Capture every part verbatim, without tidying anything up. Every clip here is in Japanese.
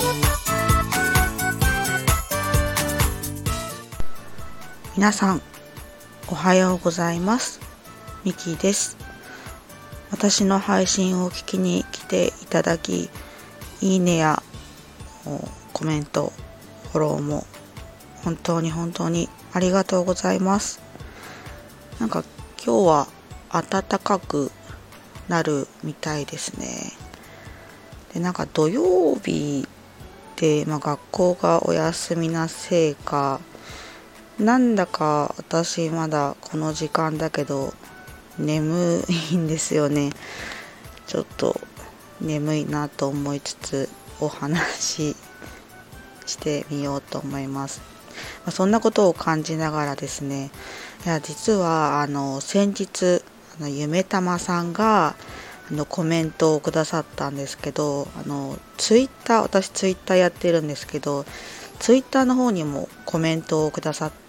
皆さんおはようございます。ミキです。私の配信を聞きに来ていただき、いいねやコメント、フォローも本当に本当にありがとうございます。なんか今日は暖かくなるみたいですね。でなんか土曜日で、まあ、学校がお休みなせいか、なんだか私まだこの時間だけど眠いんですよね。ちょっと眠いなと思いつつお話ししてみようと思います。まあ、そんなことを感じながらですね、いや実はあの先日あのゆめたまさんがあのコメントをくださったんですけど、あのツイッター私ツイッターやってるんですけど、ツイッターの方にもコメントをくださって、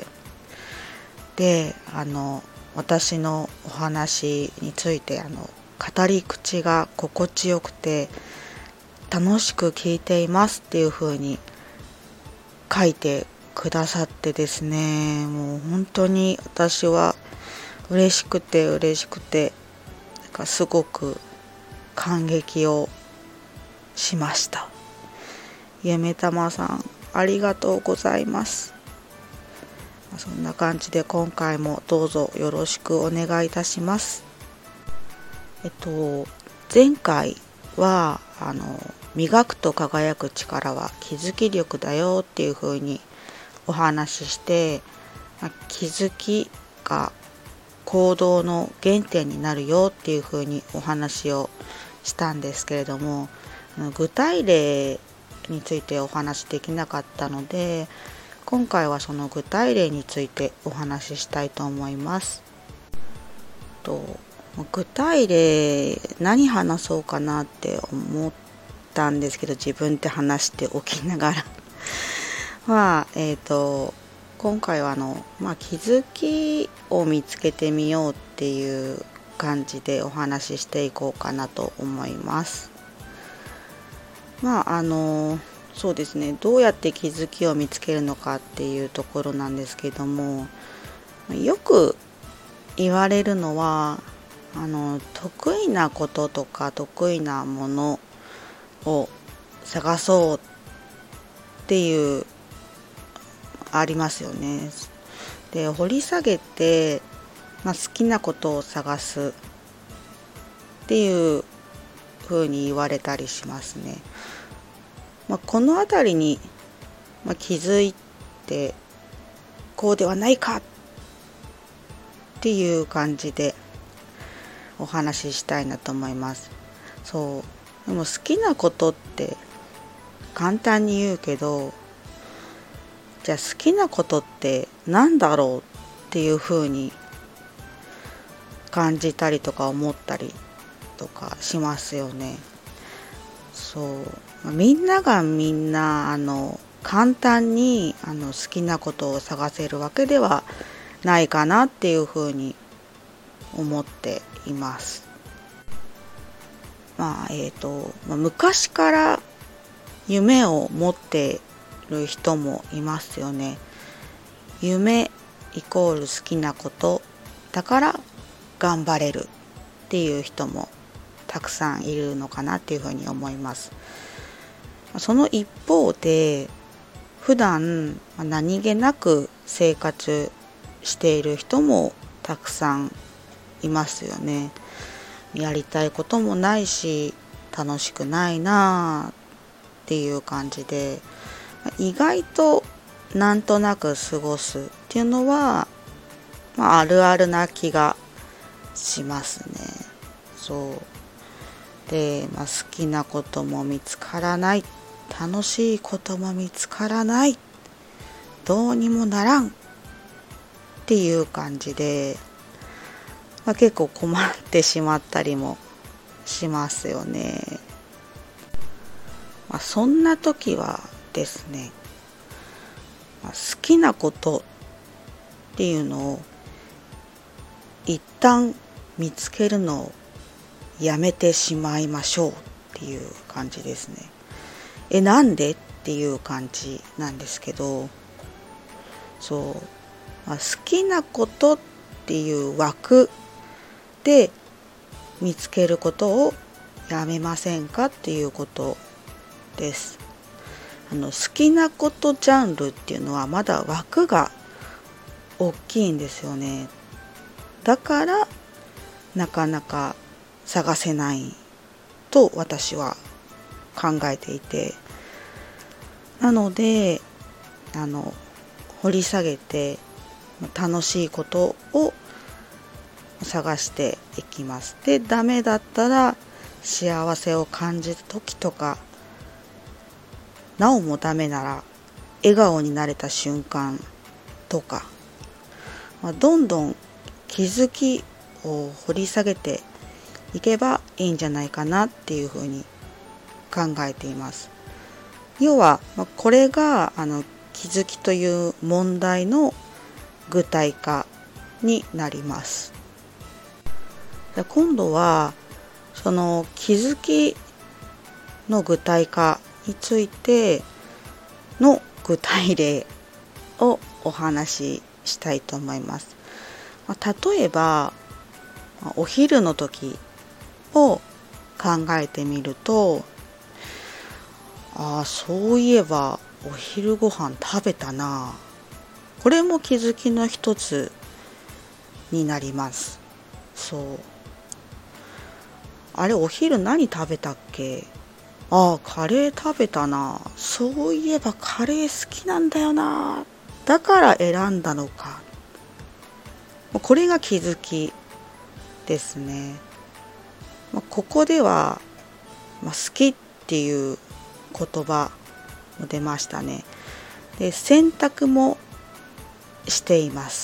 であの私のお話についてあの語り口が心地よくて楽しく聞いていますっていう風に書いてくださってですね、もう本当に私は嬉しくて嬉しくてなんかすごく感激をしました。ゆめたまさんありがとうございます。そんな感じで今回もどうぞよろしくお願いいたします。えっと前回はあの磨くと輝く力は気づき力だよっていう風にお話しして、気づきが行動の原点になるよっていう風にお話をしたんですけれども、具体例についてお話しできなかったので、今回はその具体例についてお話ししたいと思います。と具体例何話そうかなって思ったんですけど、自分で話しておきながらまあえっ、ー、と今回はあの、まあ、気づきを見つけてみようっていう感じでお話ししていこうかなと思います。まああのそうですね、どうやって気づきを見つけるのかっていうところなんですけども、よく言われるのはあの得意なこととか得意なものを探そうっていうありますよね。で掘り下げて、まあ、好きなことを探すっていう風に言われたりしますね。まあ、このあたりに、まあ、気づいてこうではないかっていう感じでお話ししたいなと思います。そうでも好きなことって簡単に言うけど、じゃあ好きなことってなんだろうっていう風に感じたりとか思ったりとかしますよね。そうみんながみんなあの簡単にあの好きなことを探せるわけではないかなっていう風に思っています。まあえっと、まあ、昔から夢を持っている人もいますよね。夢イコール好きなことだから頑張れるっていう人もたくさんいるのかなっていうふうに思います。その一方で普段何気なく生活している人もたくさんいますよね。やりたいこともないし楽しくないなっていう感じで、意外となんとなく過ごすっていうのは、まあ、あるあるな気がしますね。そうで、まあ、好きなことも見つからない、楽しいことも見つからない、どうにもならんっていう感じで、まあ、結構困ってしまったりもしますよね。まあ、そんな時はですね、まあ、好きなことっていうのを一旦見つけるのをやめてしまいましょうっていう感じですね。 えなんでっていう感じなんですけど、そう、まあ、好きなことっていう枠で見つけることをやめませんかっていうことです。あの好きなことジャンルっていうのはまだ枠が大きいんですよね。だからなかなか探せないと私は考えていて、なのであの掘り下げて楽しいことを探していきます。で、ダメだったら幸せを感じる時とか、なおもダメなら笑顔になれた瞬間とか、まあ、どんどん気づきを掘り下げていけばいいんじゃないかなっていうふうに考えています。要は、まあ、これがあの気づきという問題の具体化になります。で、今度はその気づきの具体化についての具体例をお話ししたいと思います。まあ、例えばお昼の時を考えてみると、ああそういえばお昼ご飯食べたな、これも気づきの一つになります。そう、あれお昼何食べたっけ、ああカレー食べたな、そういえばカレー好きなんだよな、だから選んだのか。これが気づきですね。ここでは好きっていう言葉も出ましたね。で、選択もしています。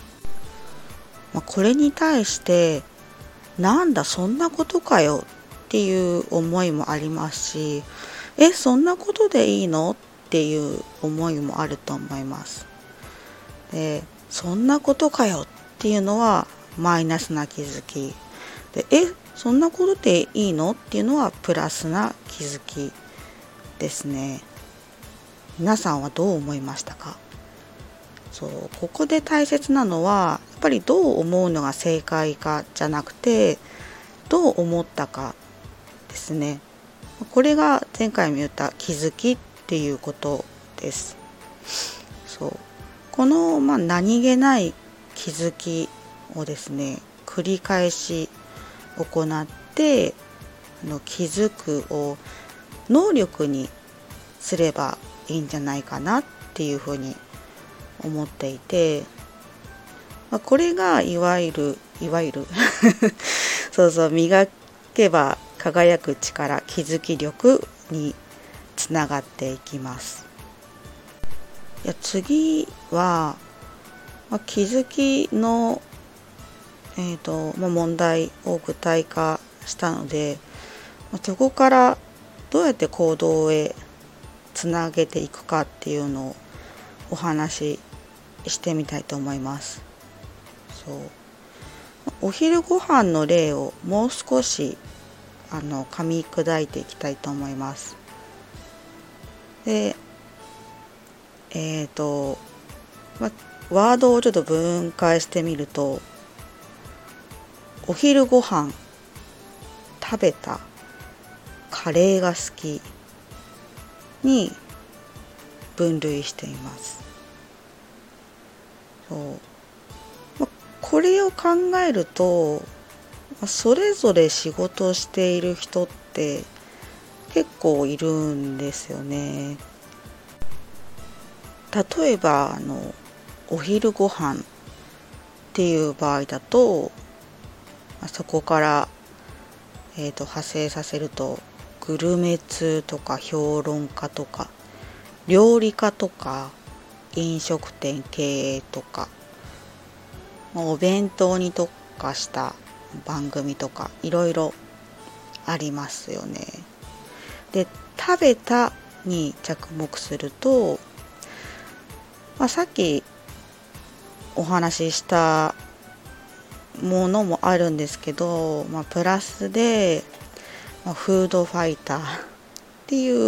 これに対してなんだそんなことかよっていう思いもありますし、えそんなことでいいのっていう思いもあると思います。で、そんなことかよっていうのはマイナスな気づきで、えそんなことでいいのっていうのはプラスな気づきですね。皆さんはどう思いましたか？そう、ここで大切なのはやっぱりどう思うのが正解かじゃなくて、どう思ったかですね。これが前回も言った気づきっていうことです。そう、この、まあ、何気ない気づきをですね繰り返し行ってあの気づくを能力にすればいいんじゃないかなっていうふうに思っていて、まあ、これがいわゆるいわゆるそうそう磨けば輝く力、気づき力につながっていきます。いや次は、まあ、気づきの、えーとまあ、問題を具体化したので、まあ、そこからどうやって行動へつなげていくかっていうのをお話ししてみたいと思います。そう、お昼ご飯の例をもう少しあの噛み砕いていきたいと思います。で、えっと、ま、ワードをちょっと分解してみると、お昼ご飯食べた、カレーが好きに分類しています。そう、ま、これを考えると、それぞれ仕事をしている人って結構いるんですよね。例えばあのお昼ご飯っていう場合だと、そこから、えーと、派生させるとグルメ通とか評論家とか料理家とか飲食店経営とかお弁当に特化した番組とかいろいろありますよね。で、食べたに着目すると、まあ、さっきお話ししたものもあるんですけど、まあ、プラスで、まあ、フードファイターっていう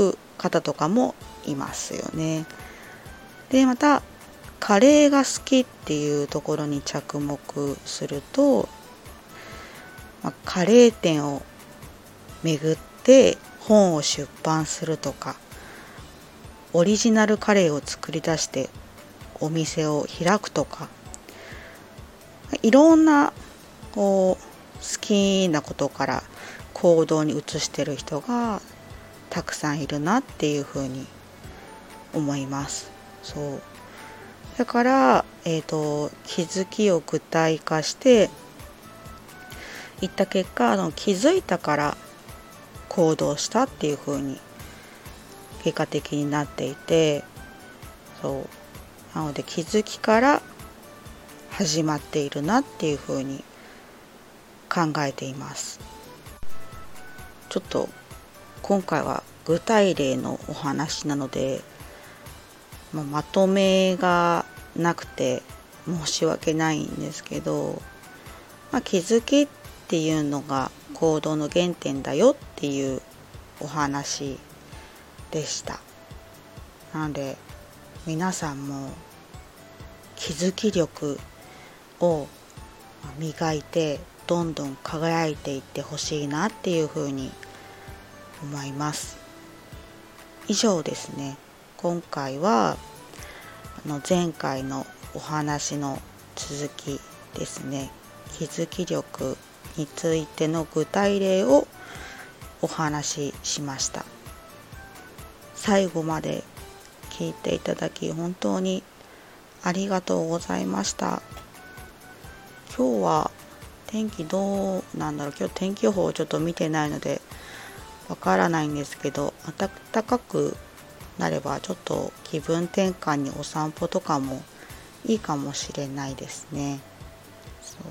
方とかもいますよね。でまたカレーが好きっていうところに着目すると、まあ、カレー店を巡って本を出版するとか、オリジナルカレーを作り出してお店を開くとか、いろんなこう好きなことから行動に移してる人がたくさんいるなっていうふうに思います。そうだから、えーと、気づきを具体化していった結果、あの気づいたから行動したっていうふうに結果的になっていて、そうなので気づきから始まっているなっていうふうに考えています。ちょっと今回は具体例のお話なので、まあ、まとめがなくて申し訳ないんですけど、まあ、気づきっていうのが行動の原点だよっていうお話でした。なので皆さんも気づき力を磨いてどんどん輝いていってほしいなっていうふうに思います。以上ですね。今回はあの前回のお話の続きですね。気づき力についての具体例をお話ししました。最後まで聞いていただき本当にありがとうございました。今日は天気どうなんだろう。今日天気予報をちょっと見てないのでわからないんですけど、暖かくなればちょっと気分転換にお散歩とかもいいかもしれないですね。そう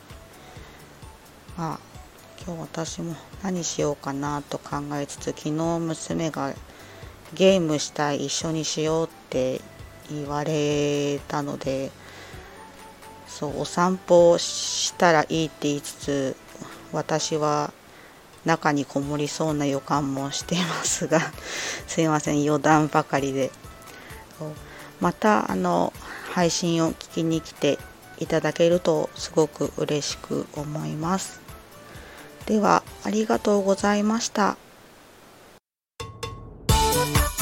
まあ今日私も何しようかなと考えつつ、昨日娘がゲームしたい、一緒にしようって言われたので、そうお散歩したらいいって言いつつ、私は中にこもりそうな予感もしていますがすいません、余談ばかりで。またあの配信を聞きに来ていただけるとすごく嬉しく思います。ではありがとうございました。